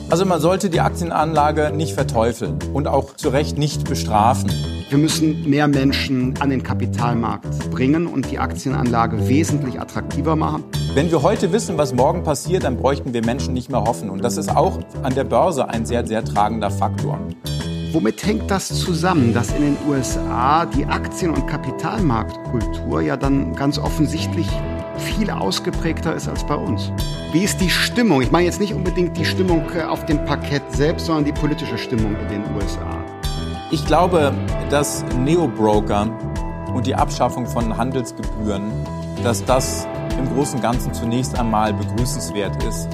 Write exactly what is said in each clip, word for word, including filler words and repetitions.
Also man sollte die Aktienanlage nicht verteufeln und auch zu Recht nicht bestrafen. Wir müssen mehr Menschen an den Kapitalmarkt bringen und die Aktienanlage wesentlich attraktiver machen. Wenn wir heute wissen, was morgen passiert, dann bräuchten wir Menschen nicht mehr hoffen. Und das ist auch an der Börse ein sehr, sehr tragender Faktor. Womit hängt das zusammen, dass in den U S A die Aktien- und Kapitalmarktkultur ja dann ganz offensichtlich viel ausgeprägter ist als bei uns? Wie ist die Stimmung? Ich meine jetzt nicht unbedingt die Stimmung auf dem Parkett selbst, sondern die politische Stimmung in den U S A. Ich glaube, dass Neobroker und die Abschaffung von Handelsgebühren, dass das im Großen und Ganzen zunächst einmal begrüßenswert ist.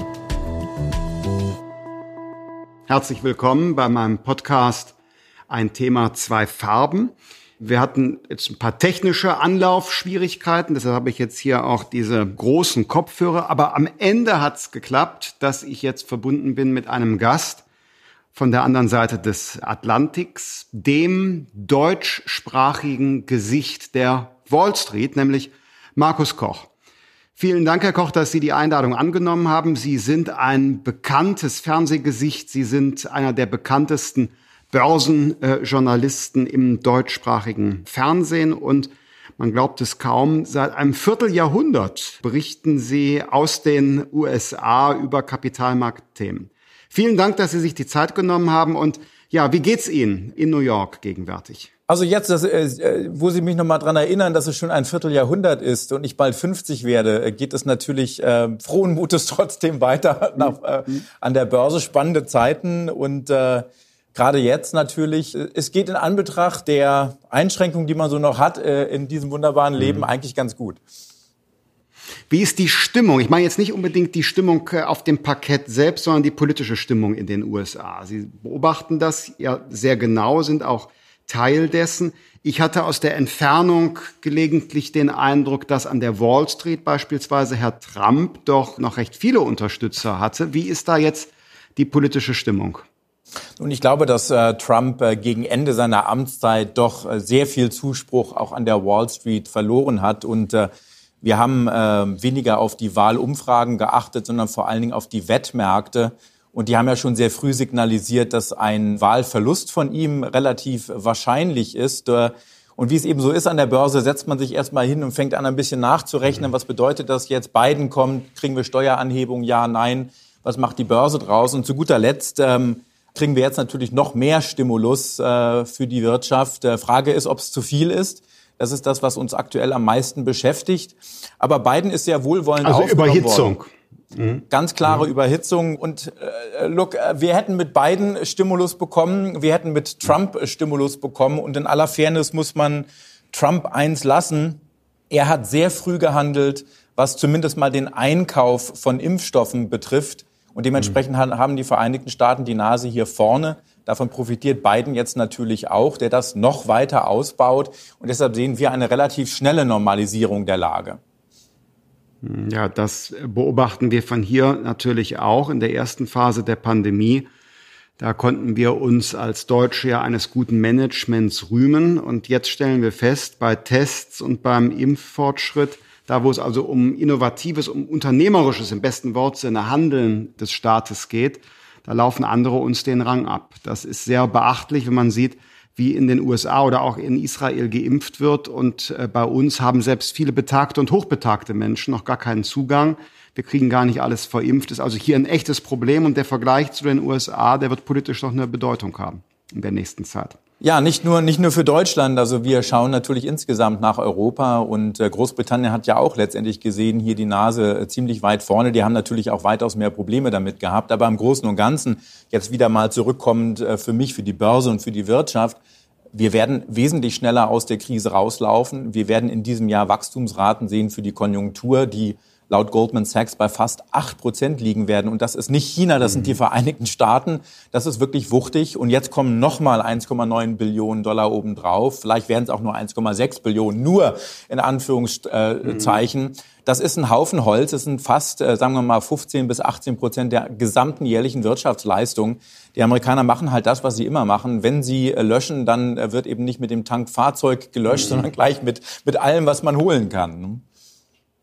Herzlich willkommen bei meinem Podcast Ein Thema, zwei Farben. Wir hatten jetzt ein paar technische Anlaufschwierigkeiten, deshalb habe ich jetzt hier auch diese großen Kopfhörer. Aber am Ende hat es geklappt, dass ich jetzt verbunden bin mit einem Gast von der anderen Seite des Atlantiks, dem deutschsprachigen Gesicht der Wall Street, nämlich Markus Koch. Vielen Dank, Herr Koch, dass Sie die Einladung angenommen haben. Sie sind ein bekanntes Fernsehgesicht. Sie sind einer der bekanntesten Börsenjournalisten im deutschsprachigen Fernsehen. Und man glaubt es kaum, seit einem Vierteljahrhundert berichten Sie aus den U S A über Kapitalmarktthemen. Vielen Dank, dass Sie sich die Zeit genommen haben. Und ja, wie geht's Ihnen in New York gegenwärtig? Also jetzt, das, äh, wo Sie mich noch mal dran erinnern, dass es schon ein Vierteljahrhundert ist und ich bald fünfzig werde, geht es natürlich äh, frohen Mutes trotzdem weiter nach, äh, an der Börse. Spannende Zeiten und äh, gerade jetzt natürlich. Es geht in Anbetracht der Einschränkungen, die man so noch hat äh, in diesem wunderbaren Leben, mhm. eigentlich ganz gut. Wie ist die Stimmung? Ich meine jetzt nicht unbedingt die Stimmung auf dem Parkett selbst, sondern die politische Stimmung in den U S A. Sie beobachten das ja sehr genau, sind auch Teil dessen. Ich hatte aus der Entfernung gelegentlich den Eindruck, dass an der Wall Street beispielsweise Herr Trump doch noch recht viele Unterstützer hatte. Wie ist da jetzt die politische Stimmung? Und ich glaube, dass äh, Trump äh, gegen Ende seiner Amtszeit doch äh, sehr viel Zuspruch auch an der Wall Street verloren hat. Und äh, wir haben äh, weniger auf die Wahlumfragen geachtet, sondern vor allen Dingen auf die Wettmärkte. Und die haben ja schon sehr früh signalisiert, dass ein Wahlverlust von ihm relativ wahrscheinlich ist. Und wie es eben so ist an der Börse, setzt man sich erstmal hin und fängt an, ein bisschen nachzurechnen. Was bedeutet das jetzt? Biden kommt, kriegen wir Steueranhebung? Ja, nein. Was macht die Börse draus? Und zu guter Letzt ähm, kriegen wir jetzt natürlich noch mehr Stimulus äh, für die Wirtschaft. Äh, Frage ist, ob es zu viel ist. Das ist das, was uns aktuell am meisten beschäftigt. Aber Biden ist sehr wohlwollend also aufgenommen Überhitzung. worden. Mhm. Ganz klare mhm. Überhitzung. Und äh, look, wir hätten mit Biden Stimulus bekommen, wir hätten mit Trump Stimulus bekommen. Und in aller Fairness muss man Trump eins lassen. Er hat sehr früh gehandelt, was zumindest mal den Einkauf von Impfstoffen betrifft. Und dementsprechend mhm. haben die Vereinigten Staaten die Nase hier vorne. Davon profitiert Biden jetzt natürlich auch, der das noch weiter ausbaut. Und deshalb sehen wir eine relativ schnelle Normalisierung der Lage. Ja, das beobachten wir von hier natürlich auch. In der ersten Phase der Pandemie, da konnten wir uns als Deutsche ja eines guten Managements rühmen. Und jetzt stellen wir fest, bei Tests und beim Impffortschritt, da wo es also um innovatives, um unternehmerisches, im besten Wortsinne, Handeln des Staates geht, da laufen andere uns den Rang ab. Das ist sehr beachtlich, wenn man sieht, wie in den U S A oder auch in Israel geimpft wird. Und äh, bei uns haben selbst viele betagte und hochbetagte Menschen noch gar keinen Zugang. Wir kriegen gar nicht alles verimpft. Das ist also hier ein echtes Problem. Und der Vergleich zu den U S A, der wird politisch noch eine Bedeutung haben in der nächsten Zeit. Ja, nicht nur, nicht nur für Deutschland. Also wir schauen natürlich insgesamt nach Europa. Und äh, Großbritannien hat ja auch letztendlich gesehen, hier die Nase äh, ziemlich weit vorne. Die haben natürlich auch weitaus mehr Probleme damit gehabt. Aber im Großen und Ganzen, jetzt wieder mal zurückkommend äh, für mich, für die Börse und für die Wirtschaft, wir werden wesentlich schneller aus der Krise rauslaufen. Wir werden in diesem Jahr Wachstumsraten sehen für die Konjunktur, die laut Goldman Sachs bei fast acht Prozent liegen werden. Und das ist nicht China, das sind die Vereinigten Staaten. Das ist wirklich wuchtig. Und jetzt kommen nochmal eins Komma neun Billionen Dollar obendrauf. Vielleicht werden es auch nur eins Komma sechs Billionen, nur in Anführungszeichen. Mhm. Das ist ein Haufen Holz. Das sind fast, äh, sagen wir mal, fünfzehn bis achtzehn Prozent der gesamten jährlichen Wirtschaftsleistung. Die Amerikaner machen halt das, was sie immer machen. Wenn sie äh, löschen, dann äh, wird eben nicht mit dem Tankfahrzeug gelöscht, mhm. sondern gleich mit, mit allem, was man holen kann.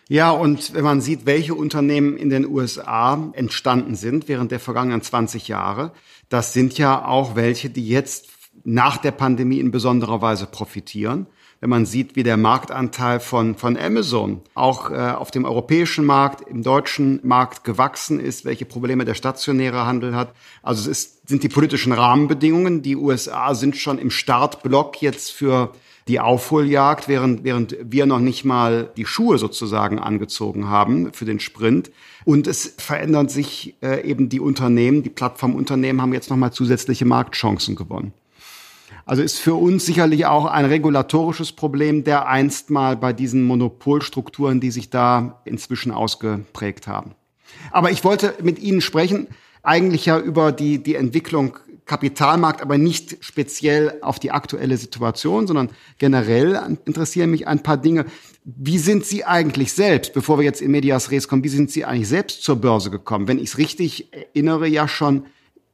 Ja, und wenn man sieht, welche Unternehmen in den U S A entstanden sind während der vergangenen zwanzig Jahre, das sind ja auch welche, die jetzt nach der Pandemie in besonderer Weise profitieren. Wenn man sieht, wie der Marktanteil von, von Amazon auch äh, auf dem europäischen Markt, im deutschen Markt gewachsen ist, welche Probleme der stationäre Handel hat. Also es ist, sind die politischen Rahmenbedingungen. Die U S A sind schon im Startblock jetzt für die Aufholjagd, während, während wir noch nicht mal die Schuhe sozusagen angezogen haben für den Sprint. Und es verändern sich äh, eben die Unternehmen, die Plattformunternehmen haben jetzt nochmal zusätzliche Marktchancen gewonnen. Also ist für uns sicherlich auch ein regulatorisches Problem, der einst mal bei diesen Monopolstrukturen, die sich da inzwischen ausgeprägt haben. Aber ich wollte mit Ihnen sprechen, eigentlich ja über die, die Entwicklung Kapitalmarkt, aber nicht speziell auf die aktuelle Situation, sondern generell interessieren mich ein paar Dinge. Wie sind Sie eigentlich selbst, bevor wir jetzt in Medias Res kommen, wie sind Sie eigentlich selbst zur Börse gekommen? Wenn ich es richtig erinnere, ja schon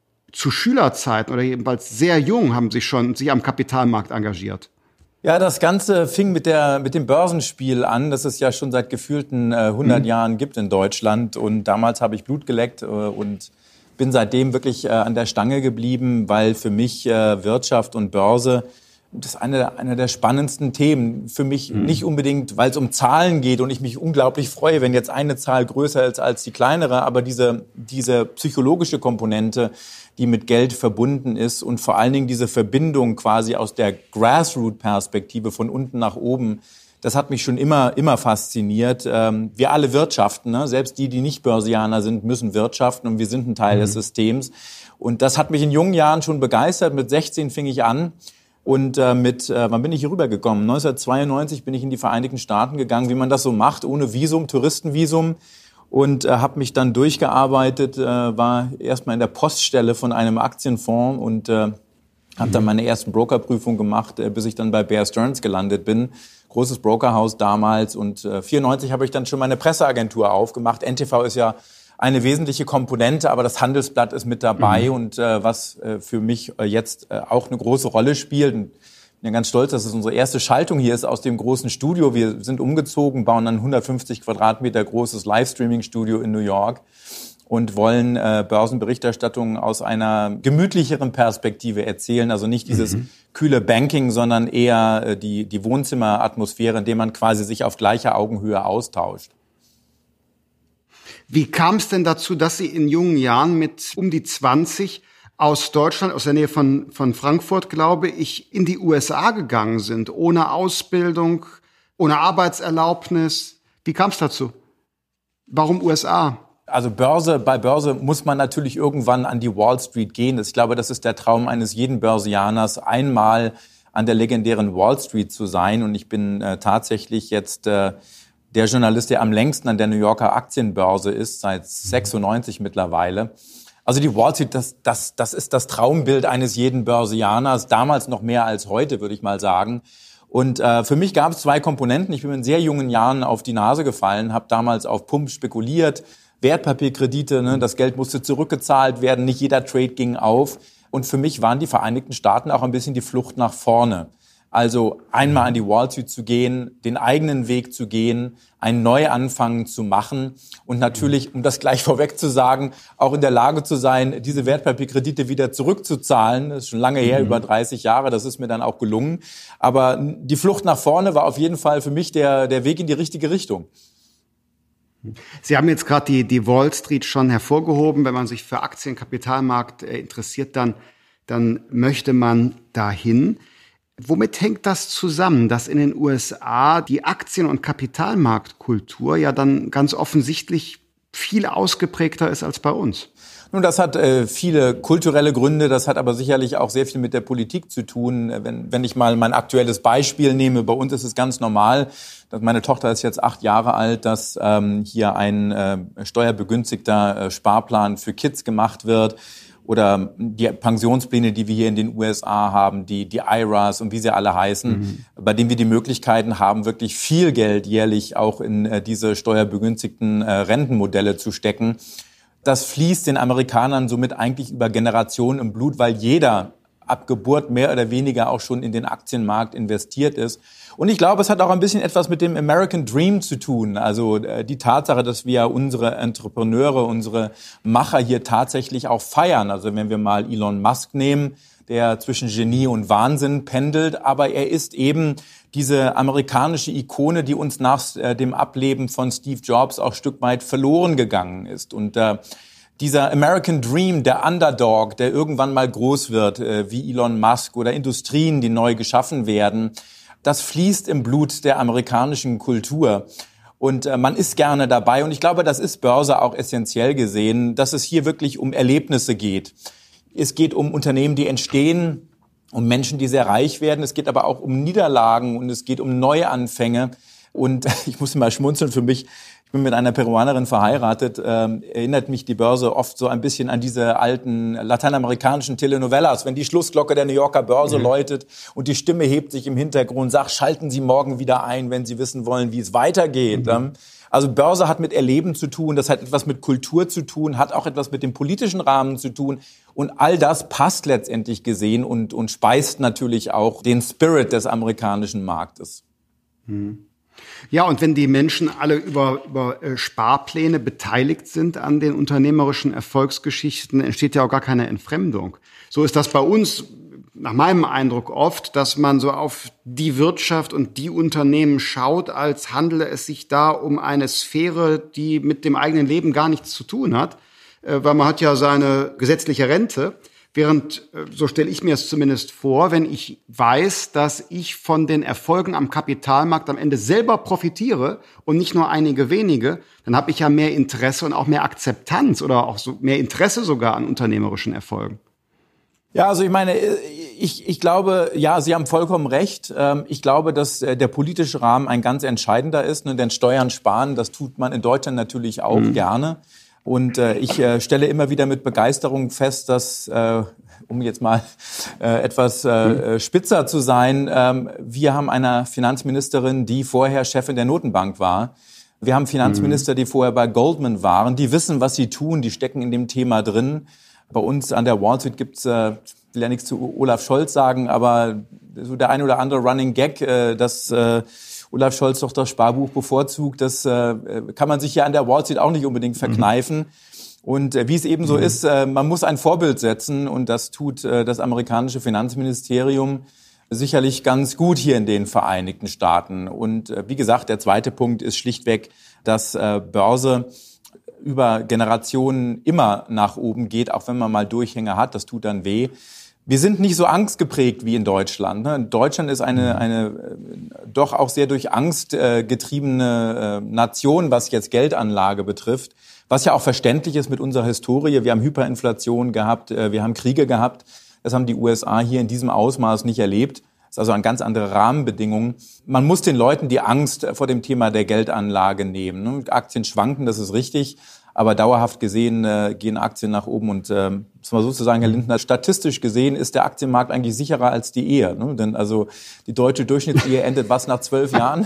zu Schülerzeiten oder jedenfalls sehr jung haben Sie schon sich am Kapitalmarkt engagiert. Ja, das Ganze fing mit der mit dem Börsenspiel an, das es ja schon seit gefühlten äh, hundert mhm. Jahren gibt in Deutschland. Und damals habe ich Blut geleckt äh, und bin seitdem wirklich äh, an der Stange geblieben, weil für mich äh, Wirtschaft und Börse, das ist eine, eine der spannendsten Themen. Für mich mhm. nicht unbedingt, weil es um Zahlen geht und ich mich unglaublich freue, wenn jetzt eine Zahl größer ist als die kleinere, aber diese, diese psychologische Komponente, die mit Geld verbunden ist und vor allen Dingen diese Verbindung quasi aus der Grassroot-Perspektive von unten nach oben, das hat mich schon immer, immer fasziniert. Wir alle wirtschaften, ne? Selbst die, die nicht Börsianer sind, müssen wirtschaften und wir sind ein Teil mhm. des Systems. Und das hat mich in jungen Jahren schon begeistert. Mit sechzehn fing ich an und äh, mit, äh, wann bin ich hier rübergekommen? neunzehnhundertzweiundneunzig bin ich in die Vereinigten Staaten gegangen, wie man das so macht, ohne Visum, Touristenvisum. Und äh, habe mich dann durchgearbeitet, äh, war erstmal in der Poststelle von einem Aktienfonds und äh, habe dann meine ersten Brokerprüfungen gemacht, äh, bis ich dann bei Bear Stearns gelandet bin. Großes Brokerhaus damals. Und äh, vierundneunzig habe ich dann schon meine Presseagentur aufgemacht. N T V ist ja eine wesentliche Komponente, aber das Handelsblatt ist mit dabei. Mhm. Und äh, was äh, für mich äh, jetzt äh, auch eine große Rolle spielt. Und ich bin ja ganz stolz, dass es unsere erste Schaltung hier ist aus dem großen Studio. Wir sind umgezogen, bauen ein hundertfünfzig Quadratmeter großes Livestreaming-Studio in New York und wollen äh, Börsenberichterstattung aus einer gemütlicheren Perspektive erzählen. Also nicht dieses mhm. kühle Banking, sondern eher äh, die, die Wohnzimmeratmosphäre, in der man quasi sich auf gleicher Augenhöhe austauscht. Wie kam es denn dazu, dass Sie in jungen Jahren mit um die zwanzig aus Deutschland, aus der Nähe von, von Frankfurt, glaube ich, in die U S A gegangen sind, ohne Ausbildung, ohne Arbeitserlaubnis? Wie kam es dazu? Warum U S A? Also Börse, bei Börse muss man natürlich irgendwann an die Wall Street gehen. Ich glaube, das ist der Traum eines jeden Börsianers, einmal an der legendären Wall Street zu sein. Und ich bin äh, tatsächlich jetzt äh, der Journalist, der am längsten an der New Yorker Aktienbörse ist, seit sechsundneunzig mittlerweile. Also die Wall Street, das, das, das ist das Traumbild eines jeden Börsianers, damals noch mehr als heute, würde ich mal sagen. Und äh, für mich gab es zwei Komponenten. Ich bin in sehr jungen Jahren auf die Nase gefallen, habe damals auf Pump spekuliert, Wertpapierkredite, ne, das Geld musste zurückgezahlt werden, nicht jeder Trade ging auf. Und für mich waren die Vereinigten Staaten auch ein bisschen die Flucht nach vorne. Also einmal an die Wall Street zu gehen, den eigenen Weg zu gehen, einen Neuanfang zu machen und natürlich, um das gleich vorweg zu sagen, auch in der Lage zu sein, diese Wertpapierkredite wieder zurückzuzahlen. Das ist schon lange her, mhm. über dreißig Jahre, das ist mir dann auch gelungen. Aber die Flucht nach vorne war auf jeden Fall für mich der, der Weg in die richtige Richtung. Sie haben jetzt gerade die, die Wall Street schon hervorgehoben. Wenn man sich für Aktien, Kapitalmarkt äh, interessiert, dann, dann möchte man dahin. Womit hängt das zusammen, dass in den U S A die Aktien- und Kapitalmarktkultur ja dann ganz offensichtlich viel ausgeprägter ist als bei uns? Nun, das hat äh, viele kulturelle Gründe, das hat aber sicherlich auch sehr viel mit der Politik zu tun. Wenn, wenn ich mal mein aktuelles Beispiel nehme, bei uns ist es ganz normal, dass meine Tochter ist jetzt acht Jahre alt, dass ähm, hier ein äh, steuerbegünstigter äh, Sparplan für Kids gemacht wird. Oder die Pensionspläne, die wir hier in den U S A haben, die, die I R As und wie sie alle heißen, mhm. bei denen wir die Möglichkeiten haben, wirklich viel Geld jährlich auch in äh, diese steuerbegünstigten äh, Rentenmodelle zu stecken. Das fließt den Amerikanern somit eigentlich über Generationen im Blut, weil jeder ab Geburt mehr oder weniger auch schon in den Aktienmarkt investiert ist. Und ich glaube, es hat auch ein bisschen etwas mit dem American Dream zu tun. Also die Tatsache, dass wir unsere Entrepreneure, unsere Macher hier tatsächlich auch feiern. Also wenn wir mal Elon Musk nehmen, der zwischen Genie und Wahnsinn pendelt, aber er ist eben diese amerikanische Ikone, die uns nach äh, dem Ableben von Steve Jobs auch ein Stück weit verloren gegangen ist. Und äh, dieser American Dream, der Underdog, der irgendwann mal groß wird, äh, wie Elon Musk oder Industrien, die neu geschaffen werden, das fließt im Blut der amerikanischen Kultur. Und äh, man ist gerne dabei. Und ich glaube, das ist Börse auch essentiell gesehen, dass es hier wirklich um Erlebnisse geht. Es geht um Unternehmen, die entstehen, um Menschen, die sehr reich werden. Es geht aber auch um Niederlagen und es geht um Neuanfänge. Und ich muss mal schmunzeln für mich. Ich bin mit einer Peruanerin verheiratet. Ähm, erinnert mich die Börse oft so ein bisschen an diese alten lateinamerikanischen Telenovelas, wenn die Schlussglocke der New Yorker Börse mhm. läutet und die Stimme hebt sich im Hintergrund, sagt, schalten Sie morgen wieder ein, wenn Sie wissen wollen, wie es weitergeht. Mhm. Also Börse hat mit Erleben zu tun, das hat etwas mit Kultur zu tun, hat auch etwas mit dem politischen Rahmen zu tun. Und all das passt letztendlich gesehen und, und speist natürlich auch den Spirit des amerikanischen Marktes. Hm. Ja, und wenn die Menschen alle über, über äh, Sparpläne beteiligt sind an den unternehmerischen Erfolgsgeschichten, entsteht ja auch gar keine Entfremdung. So ist das bei uns nach meinem Eindruck oft, dass man so auf die Wirtschaft und die Unternehmen schaut, als handele es sich da um eine Sphäre, die mit dem eigenen Leben gar nichts zu tun hat, weil man hat ja seine gesetzliche Rente. Während, so stelle ich mir es zumindest vor, wenn ich weiß, dass ich von den Erfolgen am Kapitalmarkt am Ende selber profitiere und nicht nur einige wenige, dann habe ich ja mehr Interesse und auch mehr Akzeptanz oder auch so mehr Interesse sogar an unternehmerischen Erfolgen. Ja, also ich meine, ich, ich glaube, ja, Sie haben vollkommen recht. Ich glaube, dass der politische Rahmen ein ganz entscheidender ist, denn Steuern sparen, das tut man in Deutschland natürlich auch mhm. gerne. Und äh, ich äh, stelle immer wieder mit Begeisterung fest, dass, äh, um jetzt mal äh, etwas äh, spitzer zu sein, ähm, wir haben eine Finanzministerin, die vorher Chefin der Notenbank war. Wir haben Finanzminister, die vorher bei Goldman waren. Die wissen, was sie tun, die stecken in dem Thema drin. Bei uns an der Wall Street gibt's, äh, ich will ja nichts zu Olaf Scholz sagen, aber so der ein oder andere Running Gag, äh, dass äh, Olaf Scholz doch das Sparbuch bevorzugt, das äh, kann man sich ja an der Wall Street auch nicht unbedingt verkneifen. Mhm. Und äh, wie es eben so mhm. ist, äh, man muss ein Vorbild setzen und das tut äh, das amerikanische Finanzministerium sicherlich ganz gut hier in den Vereinigten Staaten. Und äh, wie gesagt, der zweite Punkt ist schlichtweg, dass äh, Börse über Generationen immer nach oben geht, auch wenn man mal Durchhänge hat, das tut dann weh. Wir sind nicht so angstgeprägt wie in Deutschland. Deutschland ist eine, eine doch auch sehr durch Angst getriebene Nation, was jetzt Geldanlage betrifft, was ja auch verständlich ist mit unserer Historie. Wir haben Hyperinflation gehabt, wir haben Kriege gehabt. Das haben die U S A hier in diesem Ausmaß nicht erlebt. Das ist also eine ganz andere Rahmenbedingung. Man muss den Leuten die Angst vor dem Thema der Geldanlage nehmen. Aktien schwanken, das ist richtig. Aber dauerhaft gesehen äh, gehen Aktien nach oben. Und äh, muss man sozusagen, Herr Lindner, statistisch gesehen ist der Aktienmarkt eigentlich sicherer als die Ehe. Ne? Denn also die deutsche Durchschnittsehe endet was nach zwölf Jahren?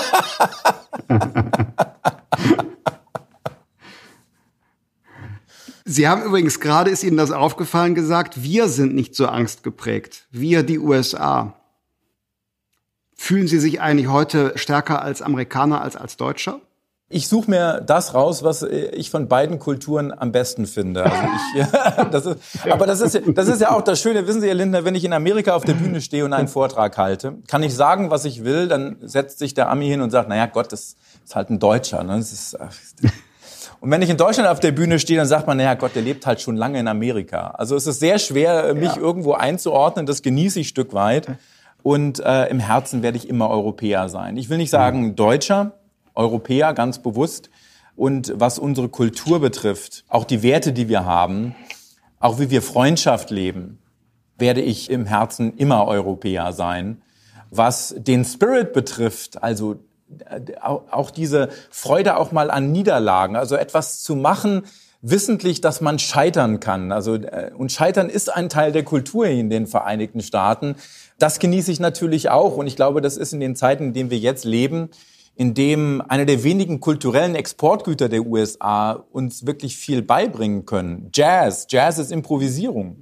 Sie haben übrigens, gerade ist Ihnen das aufgefallen, gesagt, wir sind nicht so angstgeprägt. Wir, die U S A. Fühlen Sie sich eigentlich heute stärker als Amerikaner als als Deutscher? Ich suche mir das raus, was ich von beiden Kulturen am besten finde. Also ich, ja, das ist, aber das ist, das ist ja auch das Schöne, wissen Sie, Herr Lindner, wenn ich in Amerika auf der Bühne stehe und einen Vortrag halte, kann ich sagen, was ich will, dann setzt sich der Ami hin und sagt, naja Gott, das ist halt ein Deutscher. Ne? Das ist, und wenn ich in Deutschland auf der Bühne stehe, dann sagt man, naja Gott, der lebt halt schon lange in Amerika. Also es ist sehr schwer, mich ja. irgendwo einzuordnen, das genieße ich ein Stück weit. Und äh, im Herzen werde ich immer Europäer sein. Ich will nicht sagen Deutscher, Europäer, ganz bewusst. Und was unsere Kultur betrifft, auch die Werte, die wir haben, auch wie wir Freundschaft leben, werde ich im Herzen immer Europäer sein. Was den Spirit betrifft, also auch diese Freude auch mal an Niederlagen, also etwas zu machen, wissentlich, dass man scheitern kann. Also, und Scheitern ist ein Teil der Kultur in den Vereinigten Staaten. Das genieße ich natürlich auch. Und ich glaube, das ist in den Zeiten, in denen wir jetzt leben, in dem einer der wenigen kulturellen Exportgüter der U S A uns wirklich viel beibringen können. Jazz. Jazz ist Improvisierung.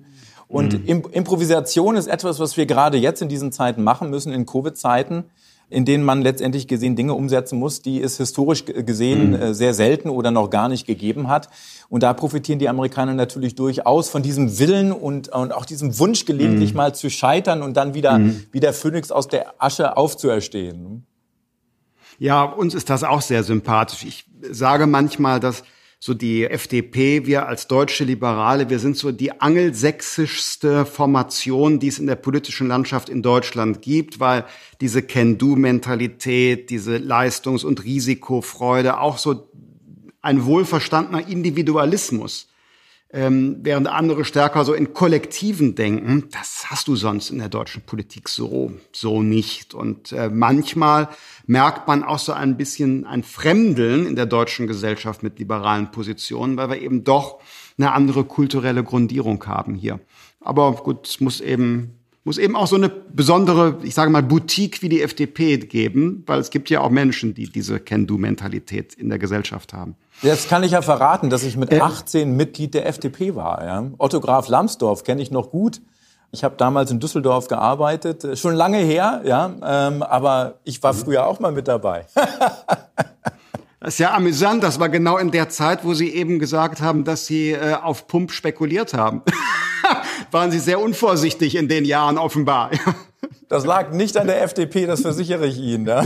Und mhm. Improvisation ist etwas, was wir gerade jetzt in diesen Zeiten machen müssen, in Covid-Zeiten, in denen man letztendlich gesehen Dinge umsetzen muss, die es historisch gesehen mhm. sehr selten oder noch gar nicht gegeben hat. Und da profitieren die Amerikaner natürlich durchaus von diesem Willen und, und auch diesem Wunsch, gelegentlich mhm. mal zu scheitern und dann wieder mhm. wie der Phönix aus der Asche aufzuerstehen. Ja, uns ist das auch sehr sympathisch. Ich sage manchmal, dass so die F D P, wir als deutsche Liberale, wir sind so die angelsächsischste Formation, die es in der politischen Landschaft in Deutschland gibt, weil diese Can-Do-Mentalität, diese Leistungs- und Risikofreude, auch so ein wohlverstandener Individualismus, ähm, während andere stärker so in Kollektiven denken, das hast du sonst in der deutschen Politik so so nicht. Und äh, manchmal merkt man auch so ein bisschen ein Fremdeln in der deutschen Gesellschaft mit liberalen Positionen, weil wir eben doch eine andere kulturelle Grundierung haben hier. Aber gut, es muss eben muss eben auch so eine besondere, ich sage mal, Boutique wie die F D P geben, weil es gibt ja auch Menschen, die diese Can-Do-Mentalität in der Gesellschaft haben. Jetzt kann ich ja verraten, dass ich mit achtzehn Mitglied der F D P war. Ja. Otto Graf Lambsdorff kenne ich noch gut. Ich habe damals in Düsseldorf gearbeitet, schon lange her, ja, ähm, aber ich war früher auch mal mit dabei. Das ist ja amüsant, das war genau in der Zeit, wo Sie eben gesagt haben, dass Sie äh, auf Pump spekuliert haben. Waren Sie sehr unvorsichtig in den Jahren offenbar. Das lag nicht an der F D P, das versichere ich Ihnen. Ja.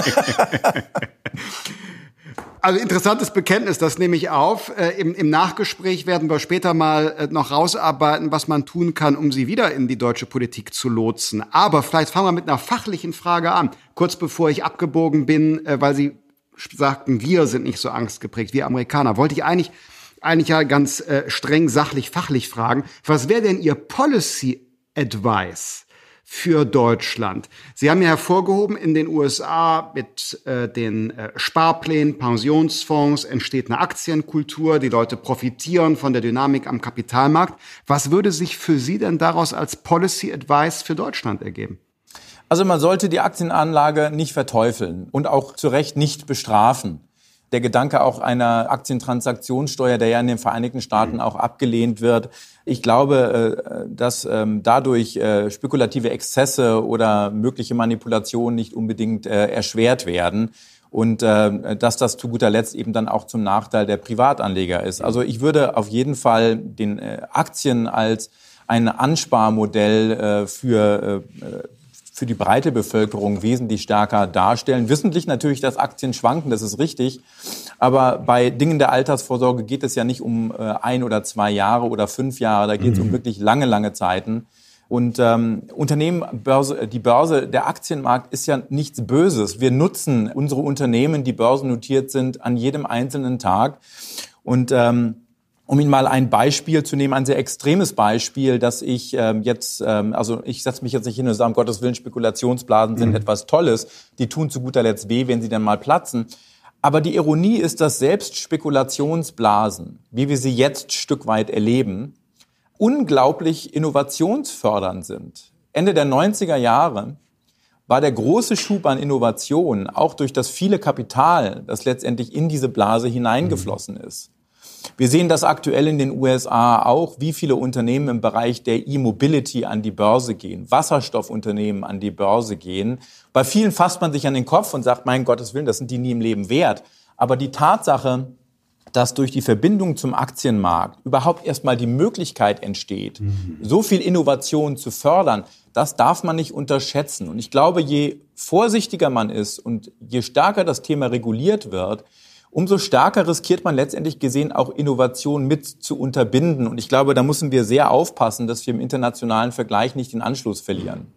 Also interessantes Bekenntnis, das nehme ich auf. Äh, im, Im Nachgespräch werden wir später mal äh, noch rausarbeiten, was man tun kann, um Sie wieder in die deutsche Politik zu lotsen. Aber vielleicht fangen wir mit einer fachlichen Frage an. Kurz bevor ich abgebogen bin, äh, weil Sie sagten, wir sind nicht so angstgeprägt, wir Amerikaner, wollte ich eigentlich eigentlich ja ganz äh, streng sachlich, fachlich fragen, was wäre denn Ihr Policy Advice für Deutschland? Sie haben ja hervorgehoben, in den U S A mit äh, den äh, Sparplänen, Pensionsfonds entsteht eine Aktienkultur, die Leute profitieren von der Dynamik am Kapitalmarkt. Was würde sich für Sie denn daraus als Policy Advice für Deutschland ergeben? Also man sollte die Aktienanlage nicht verteufeln und auch zu Recht nicht bestrafen. Der Gedanke auch einer Aktientransaktionssteuer, der ja in den Vereinigten Staaten auch abgelehnt wird. Ich glaube, dass dadurch spekulative Exzesse oder mögliche Manipulationen nicht unbedingt erschwert werden und dass das zu guter Letzt eben dann auch zum Nachteil der Privatanleger ist. Also ich würde auf jeden Fall den Aktien als ein Ansparmodell für für die breite Bevölkerung wesentlich stärker darstellen. Wissentlich natürlich, dass Aktien schwanken, das ist richtig. Aber bei Dingen der Altersvorsorge geht es ja nicht um äh, ein oder zwei Jahre oder fünf Jahre. Da geht es mhm. um wirklich lange, lange Zeiten. Und ähm, Unternehmen, Börse, die Börse, der Aktienmarkt ist ja nichts Böses. Wir nutzen unsere Unternehmen, die börsennotiert sind, an jedem einzelnen Tag. Und ähm, Um Ihnen mal ein Beispiel zu nehmen, ein sehr extremes Beispiel, dass ich ähm, jetzt, ähm, also ich setze mich jetzt nicht hin und sage, um Gottes Willen, Spekulationsblasen sind mhm. etwas Tolles. Die tun zu guter Letzt weh, wenn sie dann mal platzen. Aber die Ironie ist, dass selbst Spekulationsblasen, wie wir sie jetzt ein Stück weit erleben, unglaublich innovationsfördernd sind. Ende der neunziger Jahre war der große Schub an Innovationen, auch durch das viele Kapital, das letztendlich in diese Blase hineingeflossen ist. Wir sehen das aktuell in den U S A auch, wie viele Unternehmen im Bereich der E-Mobility an die Börse gehen, Wasserstoffunternehmen an die Börse gehen. Bei vielen fasst man sich an den Kopf und sagt, mein Gottes Willen, das sind die nie im Leben wert. Aber die Tatsache, dass durch die Verbindung zum Aktienmarkt überhaupt erstmal die Möglichkeit entsteht, mhm. so viel Innovation zu fördern, das darf man nicht unterschätzen. Und ich glaube, je vorsichtiger man ist und je stärker das Thema reguliert wird, umso stärker riskiert man letztendlich gesehen auch Innovation mit zu unterbinden. Und ich glaube, da müssen wir sehr aufpassen, dass wir im internationalen Vergleich nicht den Anschluss verlieren.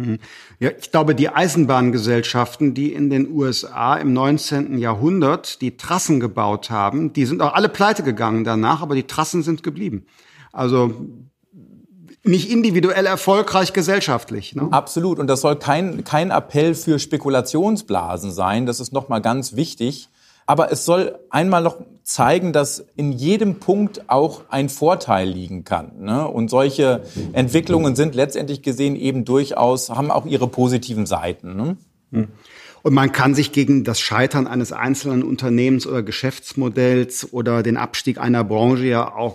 Ja, ich glaube, die Eisenbahngesellschaften, die in den U S A im neunzehnten Jahrhundert die Trassen gebaut haben, die sind auch alle pleite gegangen danach, aber die Trassen sind geblieben. Also nicht individuell erfolgreich, gesellschaftlich. Ne? Absolut. Und das soll kein, kein Appell für Spekulationsblasen sein. Das ist nochmal ganz wichtig. Aber es soll einmal noch zeigen, dass in jedem Punkt auch ein Vorteil liegen kann. Ne? Und solche Entwicklungen sind letztendlich gesehen eben durchaus, haben auch ihre positiven Seiten. Ne? Und man kann sich gegen das Scheitern eines einzelnen Unternehmens oder Geschäftsmodells oder den Abstieg einer Branche ja auch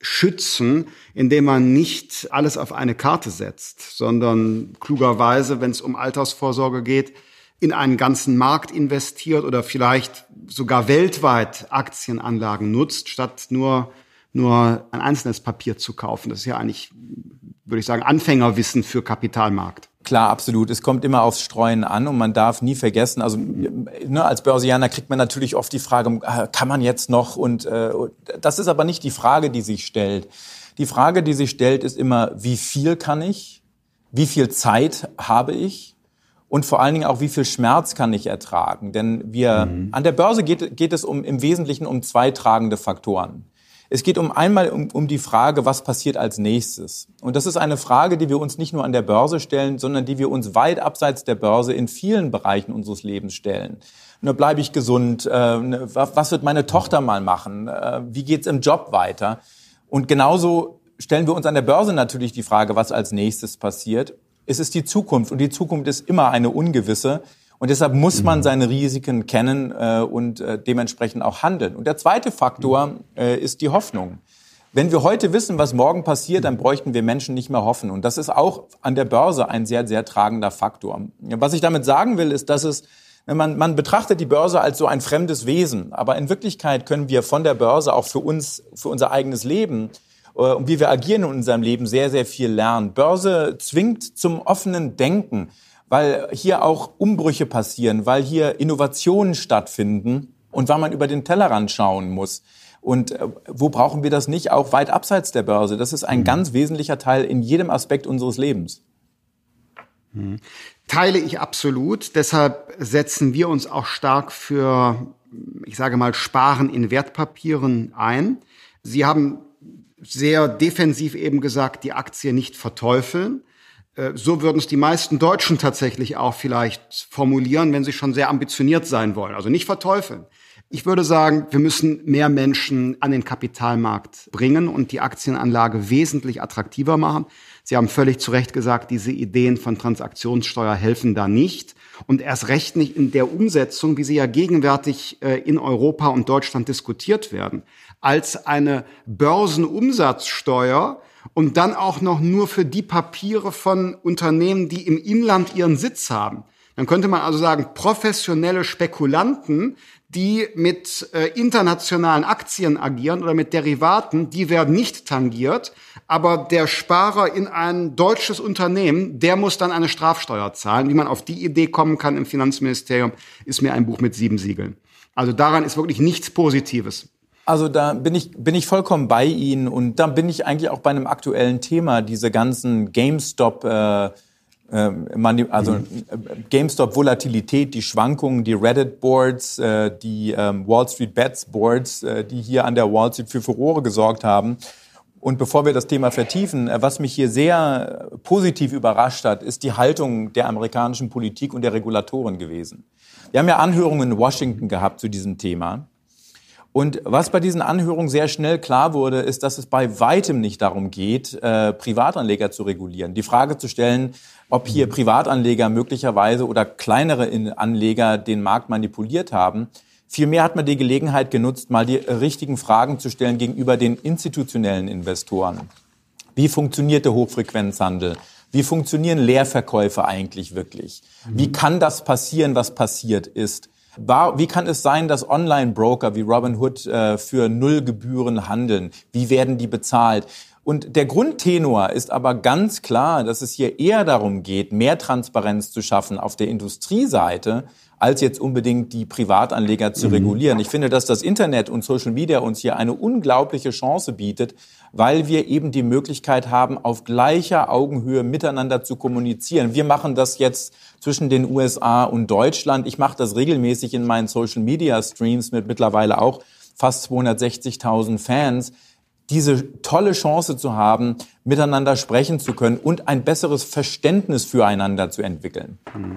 schützen, indem man nicht alles auf eine Karte setzt, sondern klugerweise, wenn es um Altersvorsorge geht, in einen ganzen Markt investiert oder vielleicht sogar weltweit Aktienanlagen nutzt, statt nur, nur ein einzelnes Papier zu kaufen. Das ist ja eigentlich, würde ich sagen, Anfängerwissen für Kapitalmarkt. Klar, absolut. Es kommt immer aufs Streuen an und man darf nie vergessen, also ne, als Börsianer kriegt man natürlich oft die Frage, kann man jetzt noch? Und äh, das ist aber nicht die Frage, die sich stellt. Die Frage, die sich stellt, ist immer, wie viel kann ich? Wie viel Zeit habe ich? Und vor allen Dingen auch, wie viel Schmerz kann ich ertragen? Denn wir mhm. an der Börse geht, geht es um im Wesentlichen um zwei tragende Faktoren. Es geht um einmal um, um die Frage, was passiert als nächstes. Und das ist eine Frage, die wir uns nicht nur an der Börse stellen, sondern die wir uns weit abseits der Börse in vielen Bereichen unseres Lebens stellen. Ne, bleibe ich gesund? Äh, ne, was wird meine Tochter mal machen? Äh, wie geht's im Job weiter? Und genauso stellen wir uns an der Börse natürlich die Frage, was als nächstes passiert. Es ist die Zukunft und die Zukunft ist immer eine ungewisse. Und deshalb muss man seine Risiken kennen äh, und äh, dementsprechend auch handeln. Und der zweite Faktor äh, ist die Hoffnung. Wenn wir heute wissen, was morgen passiert, dann bräuchten wir Menschen nicht mehr hoffen. Und das ist auch an der Börse ein sehr, sehr tragender Faktor. Was ich damit sagen will, ist, dass es, man, man betrachtet die Börse als so ein fremdes Wesen. Aber in Wirklichkeit können wir von der Börse auch für uns, für unser eigenes Leben äh, und wie wir agieren in unserem Leben sehr, sehr viel lernen. Börse zwingt zum offenen Denken, weil hier auch Umbrüche passieren, weil hier Innovationen stattfinden und weil man über den Tellerrand schauen muss. Und äh, wo brauchen wir das nicht? Auch weit abseits der Börse. Das ist ein mhm. ganz wesentlicher Teil in jedem Aspekt unseres Lebens. Mhm. Teile ich absolut. Deshalb setzen wir uns auch stark für, ich sage mal, Sparen in Wertpapieren ein. Sie haben sehr defensiv eben gesagt, die Aktie nicht verteufeln. So würden es die meisten Deutschen tatsächlich auch vielleicht formulieren, wenn sie schon sehr ambitioniert sein wollen. Also nicht verteufeln. Ich würde sagen, wir müssen mehr Menschen an den Kapitalmarkt bringen und die Aktienanlage wesentlich attraktiver machen. Sie haben völlig zu Recht gesagt, diese Ideen von Transaktionssteuer helfen da nicht. Und erst recht nicht in der Umsetzung, wie sie ja gegenwärtig in Europa und Deutschland diskutiert werden, als eine Börsenumsatzsteuer, und dann auch noch nur für die Papiere von Unternehmen, die im Inland ihren Sitz haben. Dann könnte man also sagen, professionelle Spekulanten, die mit äh, internationalen Aktien agieren oder mit Derivaten, die werden nicht tangiert. Aber der Sparer in ein deutsches Unternehmen, der muss dann eine Strafsteuer zahlen. Wie man auf die Idee kommen kann im Finanzministerium, ist mir ein Buch mit sieben Siegeln. Also daran ist wirklich nichts Positives. Also da bin ich bin ich vollkommen bei Ihnen und da bin ich eigentlich auch bei einem aktuellen Thema, diese ganzen GameStop, äh, äh, also mhm. GameStop-Volatilität, die Schwankungen, die Reddit-Boards, äh, die ähm, Wall Street Bets-Boards, äh, die hier an der Wall Street für Furore gesorgt haben. Und bevor wir das Thema vertiefen, äh, was mich hier sehr positiv überrascht hat, ist die Haltung der amerikanischen Politik und der Regulatoren gewesen. Wir haben ja Anhörungen in Washington gehabt zu diesem Thema. Und was bei diesen Anhörungen sehr schnell klar wurde, ist, dass es bei weitem nicht darum geht, äh, Privatanleger zu regulieren. Die Frage zu stellen, ob hier Privatanleger möglicherweise oder kleinere Anleger den Markt manipuliert haben. Vielmehr hat man die Gelegenheit genutzt, mal die richtigen Fragen zu stellen gegenüber den institutionellen Investoren. Wie funktioniert der Hochfrequenzhandel? Wie funktionieren Leerverkäufe eigentlich wirklich? Wie kann das passieren, was passiert ist? Wie kann es sein, dass Online-Broker wie Robinhood äh, für null Gebühren handeln? Wie werden die bezahlt? Und der Grundtenor ist aber ganz klar, dass es hier eher darum geht, mehr Transparenz zu schaffen auf der Industrieseite, als jetzt unbedingt die Privatanleger zu regulieren. Ich finde, dass das Internet und Social Media uns hier eine unglaubliche Chance bietet, weil wir eben die Möglichkeit haben, auf gleicher Augenhöhe miteinander zu kommunizieren. Wir machen das jetzt zwischen den U S A und Deutschland. Ich mache das regelmäßig in meinen Social Media Streams mit mittlerweile auch fast zweihundertsechzigtausend Fans. Diese tolle Chance zu haben, miteinander sprechen zu können und ein besseres Verständnis füreinander zu entwickeln.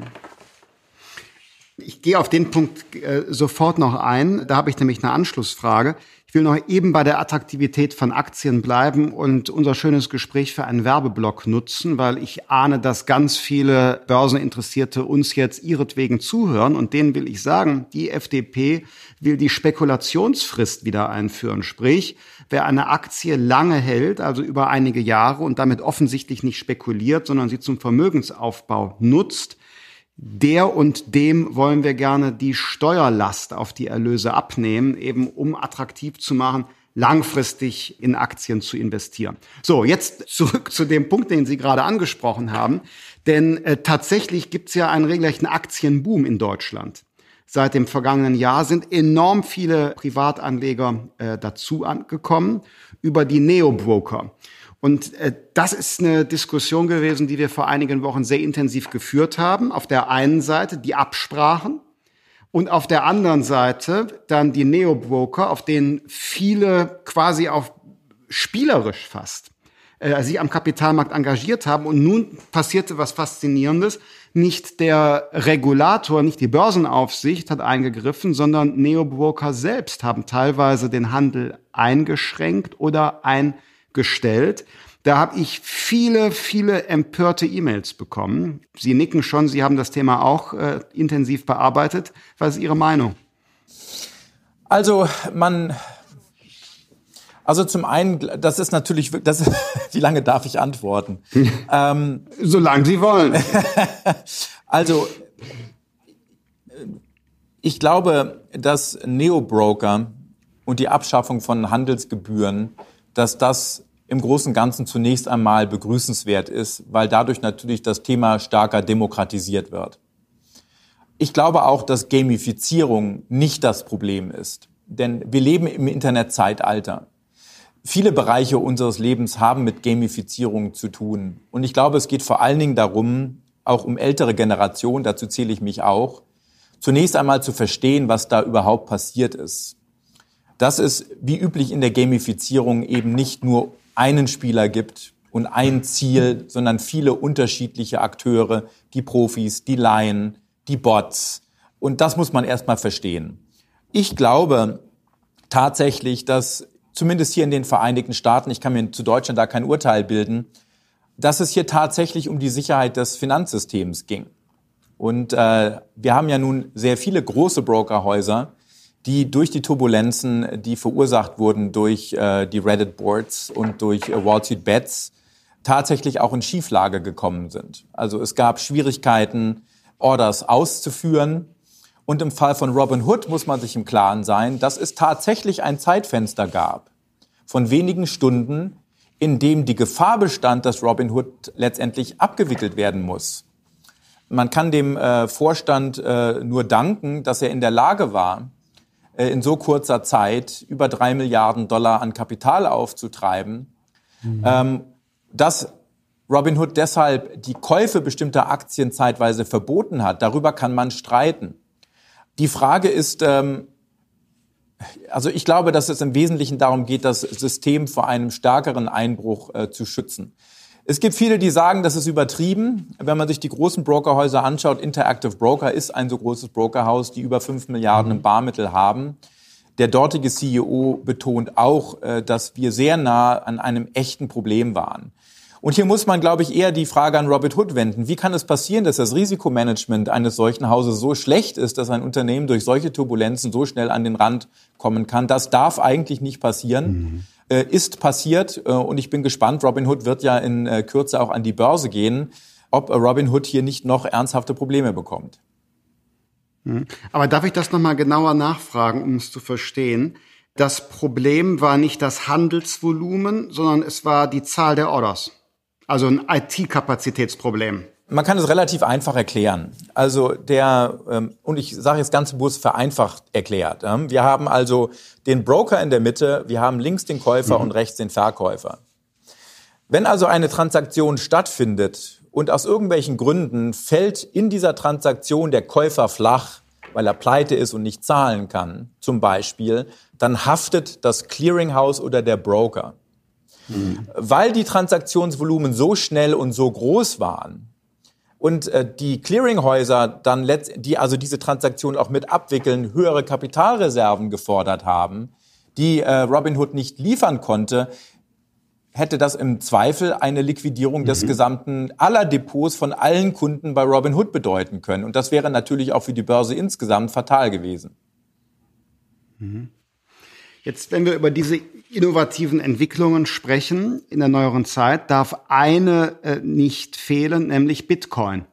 Ich gehe auf den Punkt äh, sofort noch ein. Da habe ich nämlich eine Anschlussfrage. Ich will noch eben bei der Attraktivität von Aktien bleiben und unser schönes Gespräch für einen Werbeblock nutzen, weil ich ahne, dass ganz viele Börseninteressierte uns jetzt ihretwegen zuhören. Und denen will ich sagen, die F D P will die Spekulationsfrist wieder einführen. Sprich, wer eine Aktie lange hält, also über einige Jahre und damit offensichtlich nicht spekuliert, sondern sie zum Vermögensaufbau nutzt, der und dem wollen wir gerne die Steuerlast auf die Erlöse abnehmen, eben um attraktiv zu machen, langfristig in Aktien zu investieren. So, jetzt zurück zu dem Punkt, den Sie gerade angesprochen haben. Denn äh, tatsächlich gibt's ja einen regelrechten Aktienboom in Deutschland. Seit dem vergangenen Jahr sind enorm viele Privatanleger äh, dazu angekommen über die Neobroker. Und äh, das ist eine Diskussion gewesen, die wir vor einigen Wochen sehr intensiv geführt haben. Auf der einen Seite die Absprachen und auf der anderen Seite dann die Neobroker, auf denen viele quasi auch spielerisch fast äh, sich am Kapitalmarkt engagiert haben. Und nun passierte was Faszinierendes. Nicht der Regulator, nicht die Börsenaufsicht hat eingegriffen, sondern Neobroker selbst haben teilweise den Handel eingeschränkt oder eingestellt. Da habe ich viele, viele empörte E-Mails bekommen. Sie nicken schon, Sie haben das Thema auch äh, intensiv bearbeitet. Was ist Ihre Meinung? Also man, also zum einen, das ist natürlich, das ist, wie lange darf ich antworten? ähm, Solange Sie wollen. Also ich glaube, dass Neobroker und die Abschaffung von Handelsgebühren, dass das im Großen und Ganzen zunächst einmal begrüßenswert ist, weil dadurch natürlich das Thema stärker demokratisiert wird. Ich glaube auch, dass Gamifizierung nicht das Problem ist, denn wir leben im Internetzeitalter. Viele Bereiche unseres Lebens haben mit Gamifizierung zu tun. Und ich glaube, es geht vor allen Dingen darum, auch um ältere Generationen, dazu zähle ich mich auch, zunächst einmal zu verstehen, was da überhaupt passiert ist. Dass es, wie üblich in der Gamifizierung, eben nicht nur einen Spieler gibt und ein Ziel, sondern viele unterschiedliche Akteure, die Profis, die Laien, die Bots. Und das muss man erstmal verstehen. Ich glaube tatsächlich, dass zumindest hier in den Vereinigten Staaten, ich kann mir zu Deutschland da kein Urteil bilden, dass es hier tatsächlich um die Sicherheit des Finanzsystems ging. Und äh, wir haben ja nun sehr viele große Brokerhäuser, die durch die Turbulenzen, die verursacht wurden durch äh, die Reddit-Boards und durch äh, Wall Street Bets, tatsächlich auch in Schieflage gekommen sind. Also es gab Schwierigkeiten, Orders auszuführen. Und im Fall von Robinhood muss man sich im Klaren sein, dass es tatsächlich ein Zeitfenster gab von wenigen Stunden, in dem die Gefahr bestand, dass Robinhood letztendlich abgewickelt werden muss. Man kann dem äh, Vorstand äh, nur danken, dass er in der Lage war, in so kurzer Zeit über drei Milliarden Dollar an Kapital aufzutreiben, mhm. ähm, dass Robinhood deshalb die Käufe bestimmter Aktien zeitweise verboten hat. Darüber kann man streiten. Die Frage ist, ähm, also ich glaube, dass es im Wesentlichen darum geht, das System vor einem stärkeren Einbruch äh, zu schützen. Es gibt viele, die sagen, das ist übertrieben. Wenn man sich die großen Brokerhäuser anschaut, Interactive Broker ist ein so großes Brokerhaus, die über fünf Milliarden im Barmittel haben. Der dortige C E O betont auch, dass wir sehr nah an einem echten Problem waren. Und hier muss man, glaube ich, eher die Frage an Robinhood wenden. Wie kann es passieren, dass das Risikomanagement eines solchen Hauses so schlecht ist, dass ein Unternehmen durch solche Turbulenzen so schnell an den Rand kommen kann? Das darf eigentlich nicht passieren. Mhm. Ist passiert und ich bin gespannt, Robinhood wird ja in Kürze auch an die Börse gehen, ob Robinhood hier nicht noch ernsthafte Probleme bekommt. Aber darf ich das nochmal genauer nachfragen, um es zu verstehen? Das Problem war nicht das Handelsvolumen, sondern es war die Zahl der Orders. Also ein I T-Kapazitätsproblem. Man kann es relativ einfach erklären. Also der, und ich sage jetzt ganz bewusst vereinfacht erklärt. Wir haben also den Broker in der Mitte, wir haben links den Käufer mhm. und rechts den Verkäufer. Wenn also eine Transaktion stattfindet und aus irgendwelchen Gründen fällt in dieser Transaktion der Käufer flach, weil er pleite ist und nicht zahlen kann, zum Beispiel, dann haftet das Clearinghouse oder der Broker. Mhm. Weil die Transaktionsvolumen so schnell und so groß waren, und äh, die Clearinghäuser dann, letzt, die also diese Transaktion auch mit abwickeln, höhere Kapitalreserven gefordert haben, die äh, Robinhood nicht liefern konnte, hätte das im Zweifel eine Liquidierung mhm. des gesamten aller Depots von allen Kunden bei Robinhood bedeuten können. Und das wäre natürlich auch für die Börse insgesamt fatal gewesen. Mhm. Jetzt, wenn wir über diese innovativen Entwicklungen sprechen in der neueren Zeit, darf eine äh, nicht fehlen, nämlich Bitcoin.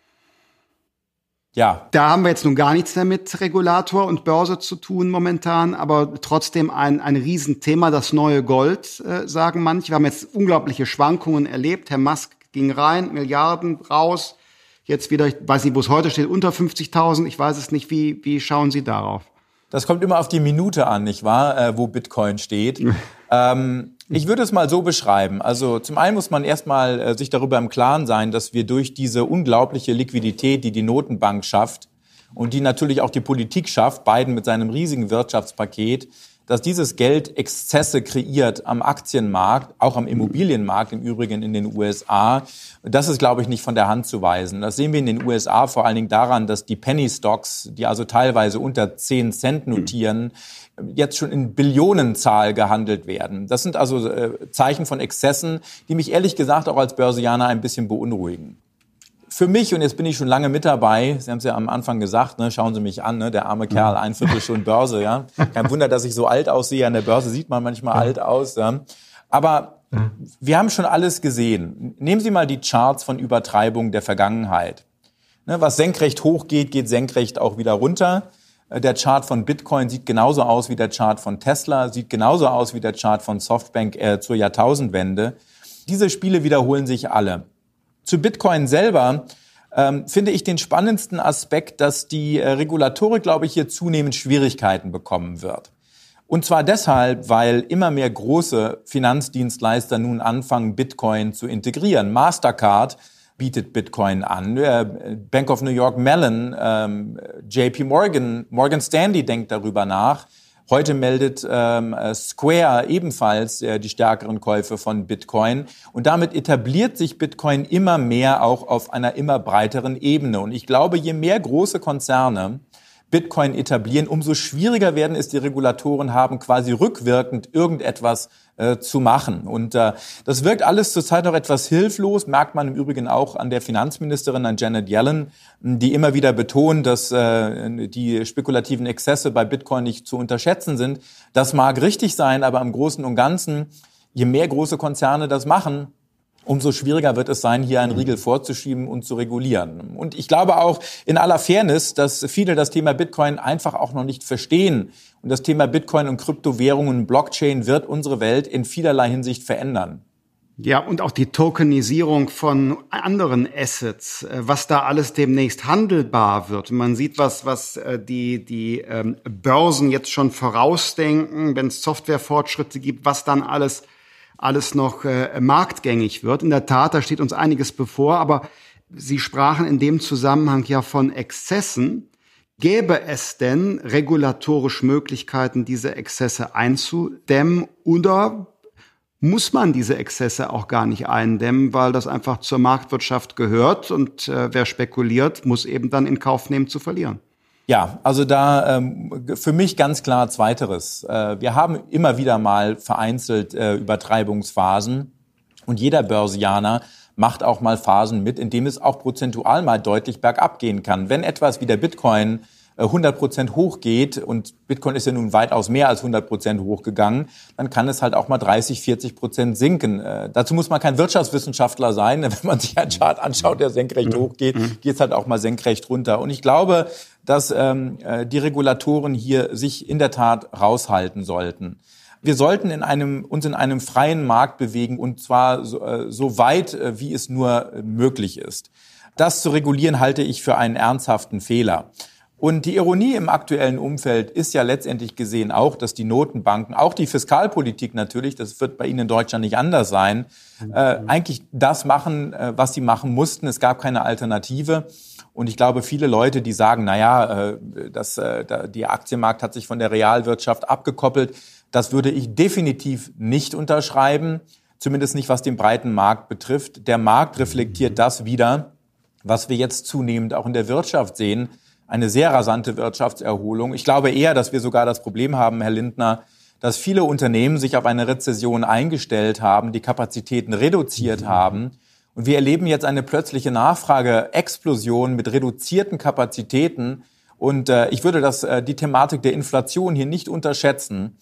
Ja. Da haben wir jetzt nun gar nichts mehr mit Regulator und Börse zu tun momentan, aber trotzdem ein, ein Riesenthema, das neue Gold, äh, sagen manche. Wir haben jetzt unglaubliche Schwankungen erlebt. Herr Musk ging rein, Milliarden raus. Jetzt wieder, ich weiß nicht, wo es heute steht, unter fünfzigtausend. Ich weiß es nicht. Wie, wie schauen Sie darauf? Das kommt immer auf die Minute an, nicht wahr, äh, wo Bitcoin steht. ähm, ich würde es mal so beschreiben. Also zum einen muss man erstmal äh, sich darüber im Klaren sein, dass wir durch diese unglaubliche Liquidität, die die Notenbank schafft und die natürlich auch die Politik schafft, Biden mit seinem riesigen Wirtschaftspaket, dass dieses Geld Exzesse kreiert am Aktienmarkt, auch am Immobilienmarkt im Übrigen in den U S A. Das ist, glaube ich, nicht von der Hand zu weisen. Das sehen wir in den U S A vor allen Dingen daran, dass die Penny Stocks, die also teilweise unter zehn Cent notieren, jetzt schon in Billionenzahl gehandelt werden. Das sind also äh, Zeichen von Exzessen, die mich ehrlich gesagt auch als Börsianer ein bisschen beunruhigen. Für mich, und jetzt bin ich schon lange mit dabei, Sie haben es ja am Anfang gesagt, ne, schauen Sie mich an, ne, der arme Kerl, ein Viertel schon Börse, ja. Kein Wunder, dass ich so alt aussehe. An der Börse sieht man manchmal ja. alt aus. Ja. Aber ja. wir haben schon alles gesehen. Nehmen Sie mal die Charts von Übertreibung der Vergangenheit. Ne, was senkrecht hochgeht, geht senkrecht auch wieder runter. Der Chart von Bitcoin sieht genauso aus wie der Chart von Tesla, sieht genauso aus wie der Chart von Softbank äh, zur Jahrtausendwende. Diese Spiele wiederholen sich alle. Zu Bitcoin selber ähm, finde ich den spannendsten Aspekt, dass die äh, Regulatorik, glaube ich, hier zunehmend Schwierigkeiten bekommen wird. Und zwar deshalb, weil immer mehr große Finanzdienstleister nun anfangen, Bitcoin zu integrieren. Mastercard bietet Bitcoin an, äh, Bank of New York Mellon, ähm, J P Morgan, Morgan Stanley denkt darüber nach. Heute meldet ähm, Square ebenfalls äh, die stärkeren Käufe von Bitcoin. Und damit etabliert sich Bitcoin immer mehr auch auf einer immer breiteren Ebene. Und ich glaube, je mehr große Konzerne Bitcoin etablieren, umso schwieriger werden es die Regulatoren haben, quasi rückwirkend irgendetwas äh, zu machen. Und äh, das wirkt alles zurzeit noch etwas hilflos, merkt man im Übrigen auch an der Finanzministerin, an Janet Yellen, die immer wieder betont, dass äh, die spekulativen Exzesse bei Bitcoin nicht zu unterschätzen sind. Das mag richtig sein, aber im Großen und Ganzen, je mehr große Konzerne das machen, umso schwieriger wird es sein, hier einen Riegel vorzuschieben und zu regulieren. Und ich glaube auch in aller Fairness, dass viele das Thema Bitcoin einfach auch noch nicht verstehen. Und das Thema Bitcoin und Kryptowährungen und Blockchain wird unsere Welt in vielerlei Hinsicht verändern. Ja, und auch die Tokenisierung von anderen Assets, was da alles demnächst handelbar wird. Man sieht, was was die die ähm, Börsen jetzt schon vorausdenken, wenn es Softwarefortschritte gibt, was dann alles alles noch äh, marktgängig wird. In der Tat, da steht uns einiges bevor, aber Sie sprachen in dem Zusammenhang ja von Exzessen. Gäbe es denn regulatorisch Möglichkeiten, diese Exzesse einzudämmen, oder muss man diese Exzesse auch gar nicht eindämmen, weil das einfach zur Marktwirtschaft gehört und äh, wer spekuliert, muss eben dann in Kauf nehmen zu verlieren? Ja, also da ähm, für mich ganz klar Zweiteres. Äh, wir haben immer wieder mal vereinzelt äh, Übertreibungsphasen und jeder Börsianer macht auch mal Phasen mit, in dem es auch prozentual mal deutlich bergab gehen kann. Wenn etwas wie der Bitcoin äh, hundert Prozent hochgeht, und Bitcoin ist ja nun weitaus mehr als hundert Prozent hochgegangen, dann kann es halt auch mal dreißig, vierzig Prozent sinken. Äh, dazu muss man kein Wirtschaftswissenschaftler sein. Wenn man sich einen Chart anschaut, der senkrecht hochgeht, geht es halt auch mal senkrecht runter. Und ich glaube, dass ähm, die Regulatoren hier sich in der Tat raushalten sollten. Wir sollten in einem, uns in einem freien Markt bewegen, und zwar so, äh, so weit, äh, wie es nur möglich ist. Das zu regulieren halte ich für einen ernsthaften Fehler. Und die Ironie im aktuellen Umfeld ist ja letztendlich gesehen auch, dass die Notenbanken, auch die Fiskalpolitik natürlich, das wird bei Ihnen in Deutschland nicht anders sein, äh, eigentlich das machen, äh, was sie machen mussten. Es gab keine Alternative. Und ich glaube, viele Leute, die sagen, na ja, das, der Aktienmarkt hat sich von der Realwirtschaft abgekoppelt, das würde ich definitiv nicht unterschreiben, zumindest nicht, was den breiten Markt betrifft. Der Markt reflektiert das wieder, was wir jetzt zunehmend auch in der Wirtschaft sehen, eine sehr rasante Wirtschaftserholung. Ich glaube eher, dass wir sogar das Problem haben, Herr Lindner, dass viele Unternehmen sich auf eine Rezession eingestellt haben, die Kapazitäten reduziert haben. Und wir erleben jetzt eine plötzliche Nachfrageexplosion mit reduzierten Kapazitäten. Und äh, ich würde das, äh, die Thematik der Inflation hier nicht unterschätzen.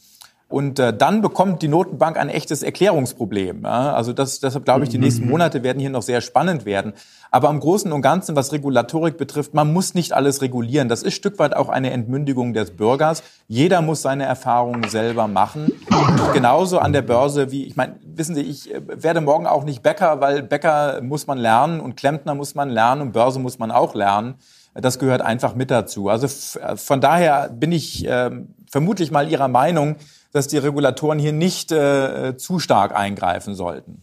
Und äh, dann bekommt die Notenbank ein echtes Erklärungsproblem. Ja? Also das, deshalb glaube ich, die nächsten Monate werden hier noch sehr spannend werden. Aber im Großen und Ganzen, was Regulatorik betrifft, man muss nicht alles regulieren. Das ist ein Stück weit auch eine Entmündigung des Bürgers. Jeder muss seine Erfahrungen selber machen. Und genauso an der Börse wie, ich meine, wissen Sie, ich werde morgen auch nicht Bäcker, weil Bäcker muss man lernen und Klempner muss man lernen und Börse muss man auch lernen. Das gehört einfach mit dazu. Also von daher bin ich äh, vermutlich mal Ihrer Meinung, dass die Regulatoren hier nicht äh, zu stark eingreifen sollten.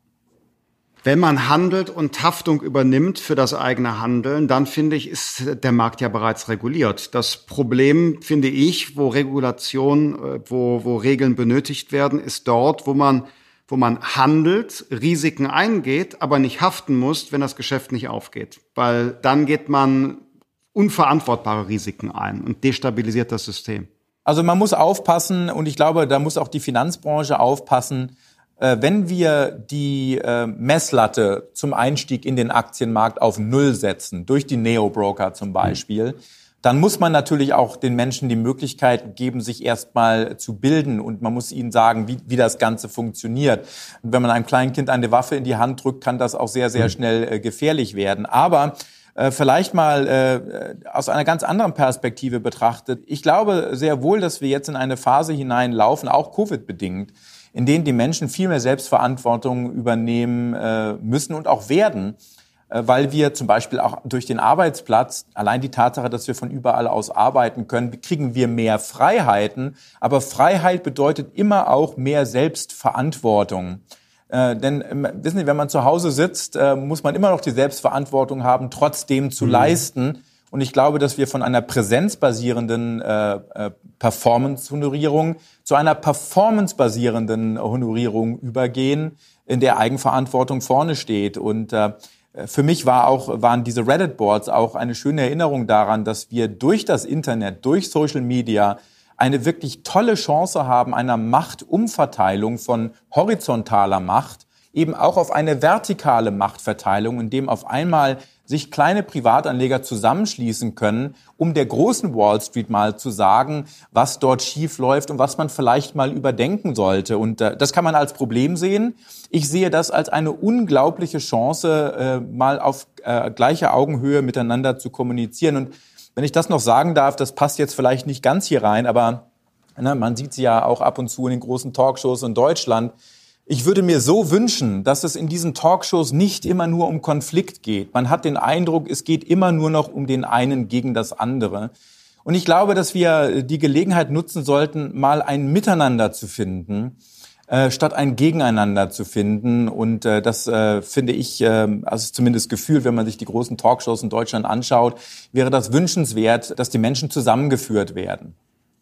Wenn man handelt und Haftung übernimmt für das eigene Handeln, dann finde ich, ist der Markt ja bereits reguliert. Das Problem, finde ich, wo Regulation, wo, wo Regeln benötigt werden, ist dort, wo man, wo man handelt, Risiken eingeht, aber nicht haften muss, wenn das Geschäft nicht aufgeht. Weil dann geht man unverantwortbare Risiken ein und destabilisiert das System. Also man muss aufpassen, und ich glaube, da muss auch die Finanzbranche aufpassen, äh, wenn wir die äh, Messlatte zum Einstieg in den Aktienmarkt auf Null setzen, durch die Neo-Broker zum Beispiel, mhm. dann muss man natürlich auch den Menschen die Möglichkeit geben, sich erstmal zu bilden, und man muss ihnen sagen, wie, wie das Ganze funktioniert. Und wenn man einem kleinen Kind eine Waffe in die Hand drückt, kann das auch sehr, sehr mhm. schnell äh, gefährlich werden. Aber Äh, vielleicht mal äh, aus einer ganz anderen Perspektive betrachtet. Ich glaube sehr wohl, dass wir jetzt in eine Phase hineinlaufen, auch Covid-bedingt, in denen die Menschen viel mehr Selbstverantwortung übernehmen äh, müssen und auch werden, äh, weil wir zum Beispiel auch durch den Arbeitsplatz, allein die Tatsache, dass wir von überall aus arbeiten können, kriegen wir mehr Freiheiten. Aber Freiheit bedeutet immer auch mehr Selbstverantwortung. Äh, denn äh, wissen Sie, wenn man zu Hause sitzt, äh, muss man immer noch die Selbstverantwortung haben, trotzdem zu mhm. leisten. Und ich glaube, dass wir von einer präsenzbasierenden äh, äh, Performance-Honorierung zu einer performancebasierenden Honorierung übergehen, in der Eigenverantwortung vorne steht. Und äh, für mich war auch, waren diese Reddit-Boards auch eine schöne Erinnerung daran, dass wir durch das Internet, durch Social Media eine wirklich tolle Chance haben, einer Machtumverteilung von horizontaler Macht eben auch auf eine vertikale Machtverteilung, in dem auf einmal sich kleine Privatanleger zusammenschließen können, um der großen Wall Street mal zu sagen, was dort schief läuft und was man vielleicht mal überdenken sollte. Und äh, das kann man als Problem sehen. Ich sehe das als eine unglaubliche Chance, äh, mal auf äh, gleicher Augenhöhe miteinander zu kommunizieren. Und wenn ich das noch sagen darf, das passt jetzt vielleicht nicht ganz hier rein, aber ne, man sieht sie ja auch ab und zu in den großen Talkshows in Deutschland. Ich würde mir so wünschen, dass es in diesen Talkshows nicht immer nur um Konflikt geht. Man hat den Eindruck, es geht immer nur noch um den einen gegen das andere. Und ich glaube, dass wir die Gelegenheit nutzen sollten, mal ein Miteinander zu finden, äh, statt ein Gegeneinander zu finden. Und äh, das äh, finde ich, äh, also zumindest Gefühl, wenn man sich die großen Talkshows in Deutschland anschaut, wäre das wünschenswert, dass die Menschen zusammengeführt werden.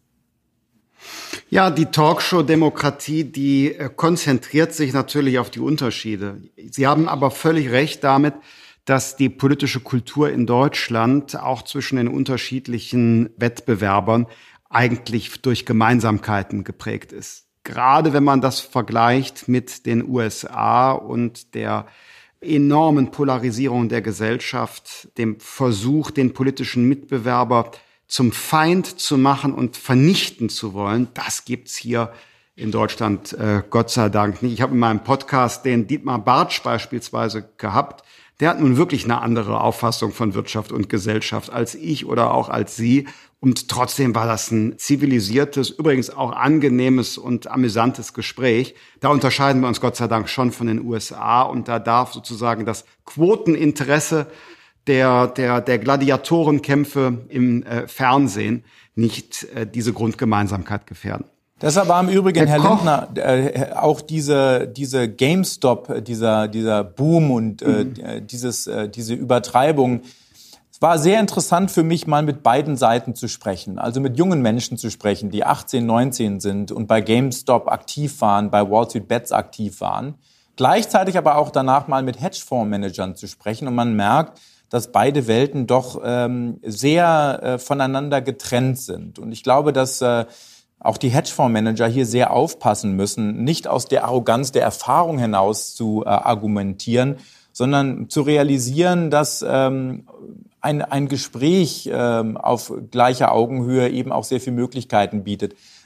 Ja, die Talkshow-Demokratie, die konzentriert sich natürlich auf die Unterschiede. Sie haben aber völlig recht damit, dass die politische Kultur in Deutschland auch zwischen den unterschiedlichen Wettbewerbern eigentlich durch Gemeinsamkeiten geprägt ist. Gerade wenn man das vergleicht mit den U S A und der enormen Polarisierung der Gesellschaft, dem Versuch, den politischen Mitbewerber zum Feind zu machen und vernichten zu wollen, das gibt's hier in Deutschland äh, Gott sei Dank nicht. Ich habe in meinem Podcast den Dietmar Bartsch beispielsweise gehabt. Der hat nun wirklich eine andere Auffassung von Wirtschaft und Gesellschaft als ich oder auch als Sie. Und trotzdem war das ein zivilisiertes, übrigens auch angenehmes und amüsantes Gespräch. Da unterscheiden wir uns Gott sei Dank schon von den U S A. Und da darf sozusagen das Quoteninteresse der, der, der Gladiatorenkämpfe im äh, Fernsehen nicht äh, diese Grundgemeinsamkeit gefährden. Deshalb war im Übrigen, Herr, Herr Lindner, äh, auch diese, diese GameStop, dieser, dieser Boom und äh, mhm. dieses, äh, diese Übertreibung. Es war sehr interessant für mich, mal mit beiden Seiten zu sprechen. Also mit jungen Menschen zu sprechen, die achtzehn, neunzehn sind und bei GameStop aktiv waren, bei Wall Street Bets aktiv waren. Gleichzeitig aber auch danach mal mit Hedgefondsmanagern zu sprechen. Und man merkt, dass beide Welten doch ähm, sehr äh, voneinander getrennt sind. Und ich glaube, dass äh, auch die Hedgefondsmanager hier sehr aufpassen müssen, nicht aus der Arroganz der Erfahrung hinaus zu äh, argumentieren, sondern zu realisieren, dass ähm, ein, ein Gespräch ähm, auf gleicher Augenhöhe eben auch sehr viele Möglichkeiten bietet.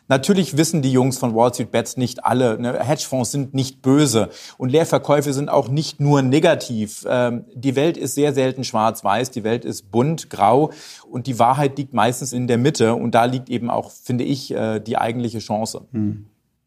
Natürlich wissen die Jungs von Wall Street Bets nicht alle, ne? Hedgefonds sind nicht böse und Leerverkäufe sind auch nicht nur negativ. Ähm, die Welt ist sehr selten schwarz-weiß, die Welt ist bunt, grau und die Wahrheit liegt meistens in der Mitte und da liegt eben auch, finde ich, äh, die eigentliche Chance. Hm.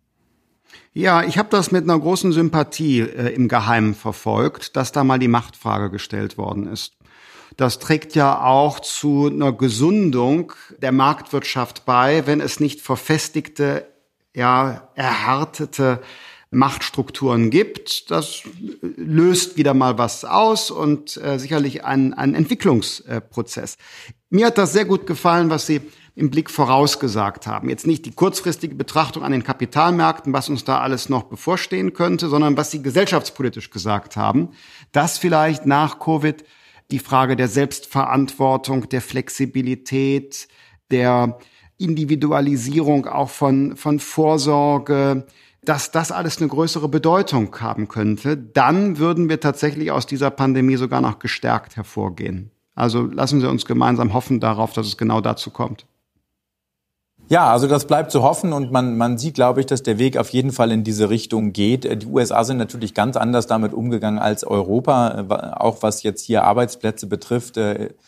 Ja, ich habe das mit einer großen Sympathie äh, im Geheimen verfolgt, dass da mal die Machtfrage gestellt worden ist. Das trägt ja auch zu einer Gesundung der Marktwirtschaft bei, wenn es nicht verfestigte, ja, erhärtete Machtstrukturen gibt. Das löst wieder mal was aus und äh, sicherlich ein, ein Entwicklungsprozess. Mir hat das sehr gut gefallen, was Sie im Blick vorausgesagt haben. Jetzt nicht die kurzfristige Betrachtung an den Kapitalmärkten, was uns da alles noch bevorstehen könnte, sondern was Sie gesellschaftspolitisch gesagt haben, dass vielleicht nach Covid die Frage der Selbstverantwortung, der Flexibilität, der Individualisierung auch von, von Vorsorge, dass das alles eine größere Bedeutung haben könnte, dann würden wir tatsächlich aus dieser Pandemie sogar noch gestärkt hervorgehen. Also lassen Sie uns gemeinsam hoffen darauf, dass es genau dazu kommt. Ja, also das bleibt zu hoffen und man, man sieht, glaube ich, dass der Weg auf jeden Fall in diese Richtung geht. Die U S A sind natürlich ganz anders damit umgegangen als Europa, auch was jetzt hier Arbeitsplätze betrifft.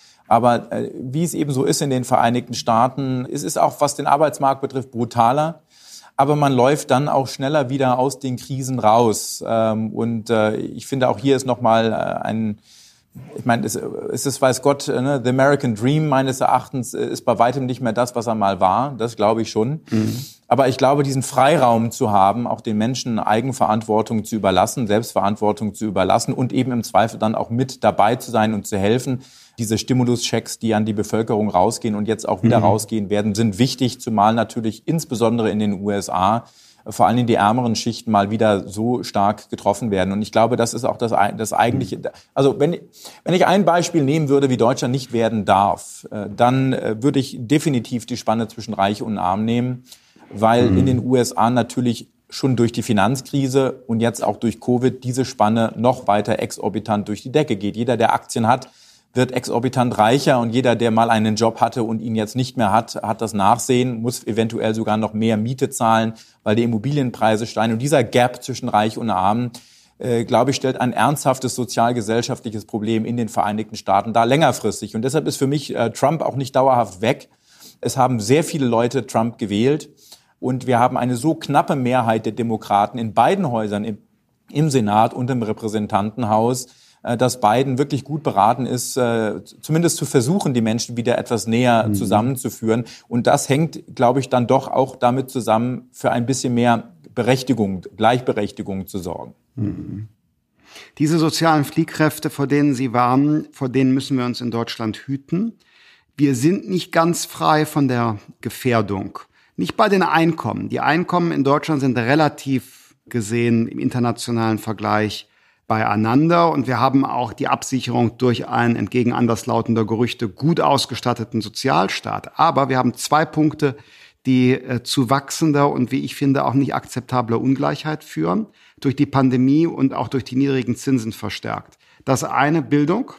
Aber wie es eben so ist in den Vereinigten Staaten, es ist auch, was den Arbeitsmarkt betrifft, brutaler. Aber man läuft dann auch schneller wieder aus den Krisen raus. Und ich finde, auch hier ist nochmal ein... Ich meine, es ist, weiß Gott, ne, the American Dream meines Erachtens ist bei weitem nicht mehr das, was er mal war. Das glaube ich schon. Mhm. Aber ich glaube, diesen Freiraum zu haben, auch den Menschen Eigenverantwortung zu überlassen, Selbstverantwortung zu überlassen und eben im Zweifel dann auch mit dabei zu sein und zu helfen. Diese Stimuluschecks, die an die Bevölkerung rausgehen und jetzt auch wieder mhm. rausgehen werden, sind wichtig, zumal natürlich insbesondere in den U S A vor allem die ärmeren Schichten mal wieder so stark getroffen werden. Und ich glaube, das ist auch das, das eigentliche. Also wenn, wenn ich ein Beispiel nehmen würde, wie Deutschland nicht werden darf, dann würde ich definitiv die Spanne zwischen Reich und Arm nehmen, weil mhm. in den U S A natürlich schon durch die Finanzkrise und jetzt auch durch Covid diese Spanne noch weiter exorbitant durch die Decke geht. Jeder, der Aktien hat, wird exorbitant reicher und jeder, der mal einen Job hatte und ihn jetzt nicht mehr hat, hat das Nachsehen, muss eventuell sogar noch mehr Miete zahlen, weil die Immobilienpreise steigen. Und dieser Gap zwischen Reich und Arm, äh, glaube ich, stellt ein ernsthaftes sozial-gesellschaftliches Problem in den Vereinigten Staaten dar längerfristig. Und deshalb ist für mich äh, Trump auch nicht dauerhaft weg. Es haben sehr viele Leute Trump gewählt und wir haben eine so knappe Mehrheit der Demokraten in beiden Häusern, im, im Senat und im Repräsentantenhaus, dass Biden wirklich gut beraten ist, zumindest zu versuchen, die Menschen wieder etwas näher zusammenzuführen. Und das hängt, glaube ich, dann doch auch damit zusammen, für ein bisschen mehr Berechtigung, Gleichberechtigung zu sorgen. Mhm. Diese sozialen Fliehkräfte, vor denen Sie warnen, vor denen müssen wir uns in Deutschland hüten. Wir sind nicht ganz frei von der Gefährdung. Nicht bei den Einkommen. Die Einkommen in Deutschland sind relativ gesehen im internationalen Vergleich beieinander und wir haben auch die Absicherung durch einen entgegen anderslautender Gerüchte gut ausgestatteten Sozialstaat. Aber wir haben zwei Punkte, die äh, zu wachsender und wie ich finde auch nicht akzeptabler Ungleichheit führen, durch die Pandemie und auch durch die niedrigen Zinsen verstärkt. Das eine, Bildung.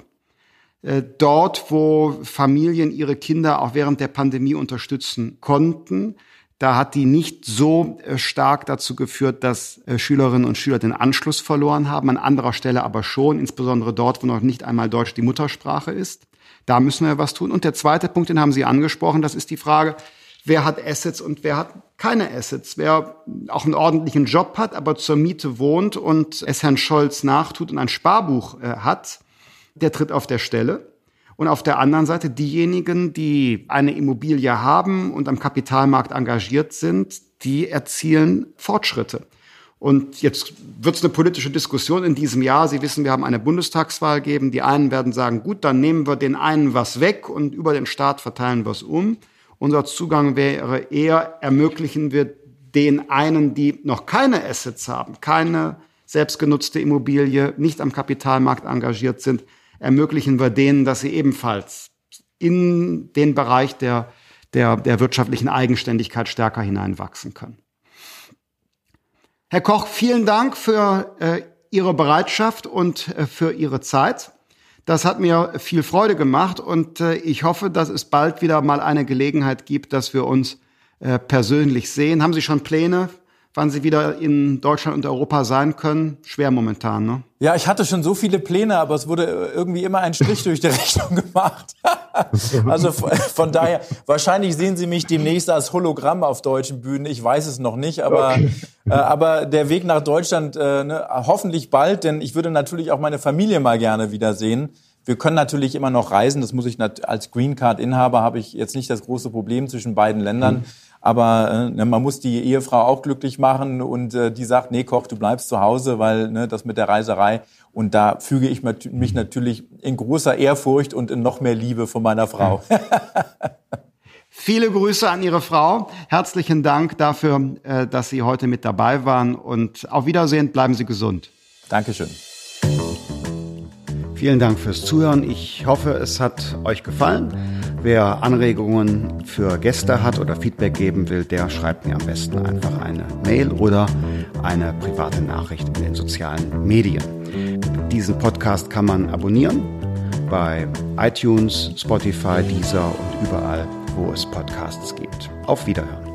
Äh, dort, wo Familien ihre Kinder auch während der Pandemie unterstützen konnten, da hat die nicht so stark dazu geführt, dass Schülerinnen und Schüler den Anschluss verloren haben, an anderer Stelle aber schon, insbesondere dort, wo noch nicht einmal Deutsch die Muttersprache ist. Da müssen wir was tun. Und der zweite Punkt, den haben Sie angesprochen, das ist die Frage, wer hat Assets und wer hat keine Assets. Wer auch einen ordentlichen Job hat, aber zur Miete wohnt und es Herrn Scholz nachtut und ein Sparbuch hat, der tritt auf der Stelle. Und auf der anderen Seite diejenigen, die eine Immobilie haben und am Kapitalmarkt engagiert sind, die erzielen Fortschritte. Und jetzt wird es eine politische Diskussion in diesem Jahr. Sie wissen, wir haben eine Bundestagswahl geben. Die einen werden sagen, gut, dann nehmen wir den einen was weg und über den Staat verteilen wir es um. Unser Zugang wäre eher, ermöglichen wir den einen, die noch keine Assets haben, keine selbstgenutzte Immobilie, nicht am Kapitalmarkt engagiert sind, ermöglichen wir denen, dass sie ebenfalls in den Bereich der, der, der wirtschaftlichen Eigenständigkeit stärker hineinwachsen können. Herr Koch, vielen Dank für äh, Ihre Bereitschaft und äh, für Ihre Zeit. Das hat mir viel Freude gemacht und äh, ich hoffe, dass es bald wieder mal eine Gelegenheit gibt, dass wir uns äh, persönlich sehen. Haben Sie schon Pläne, wann Sie wieder in Deutschland und Europa sein können? Schwer momentan, ne? Ja, ich hatte schon so viele Pläne, aber es wurde irgendwie immer ein Strich durch die Rechnung gemacht. Also von daher, wahrscheinlich sehen Sie mich demnächst als Hologramm auf deutschen Bühnen. Ich weiß es noch nicht, aber, okay. äh, aber der Weg nach Deutschland äh, ne, hoffentlich bald, denn ich würde natürlich auch meine Familie mal gerne wiedersehen. Wir können natürlich immer noch reisen, das muss ich als Green Card-Inhaber habe ich jetzt nicht das große Problem zwischen beiden Ländern. Mhm. Aber äh, man muss die Ehefrau auch glücklich machen und äh, die sagt, nee, Koch, du bleibst zu Hause, weil ne, das mit der Reiserei. Und da füge ich mich natürlich in großer Ehrfurcht und in noch mehr Liebe von meiner Frau. Viele Grüße an Ihre Frau. Herzlichen Dank dafür, äh, dass Sie heute mit dabei waren. Und auf Wiedersehen, bleiben Sie gesund. Dankeschön. Vielen Dank fürs Zuhören. Ich hoffe, es hat euch gefallen. Wer Anregungen für Gäste hat oder Feedback geben will, der schreibt mir am besten einfach eine Mail oder eine private Nachricht in den sozialen Medien. Diesen Podcast kann man abonnieren bei iTunes, Spotify, Deezer und überall, wo es Podcasts gibt. Auf Wiederhören.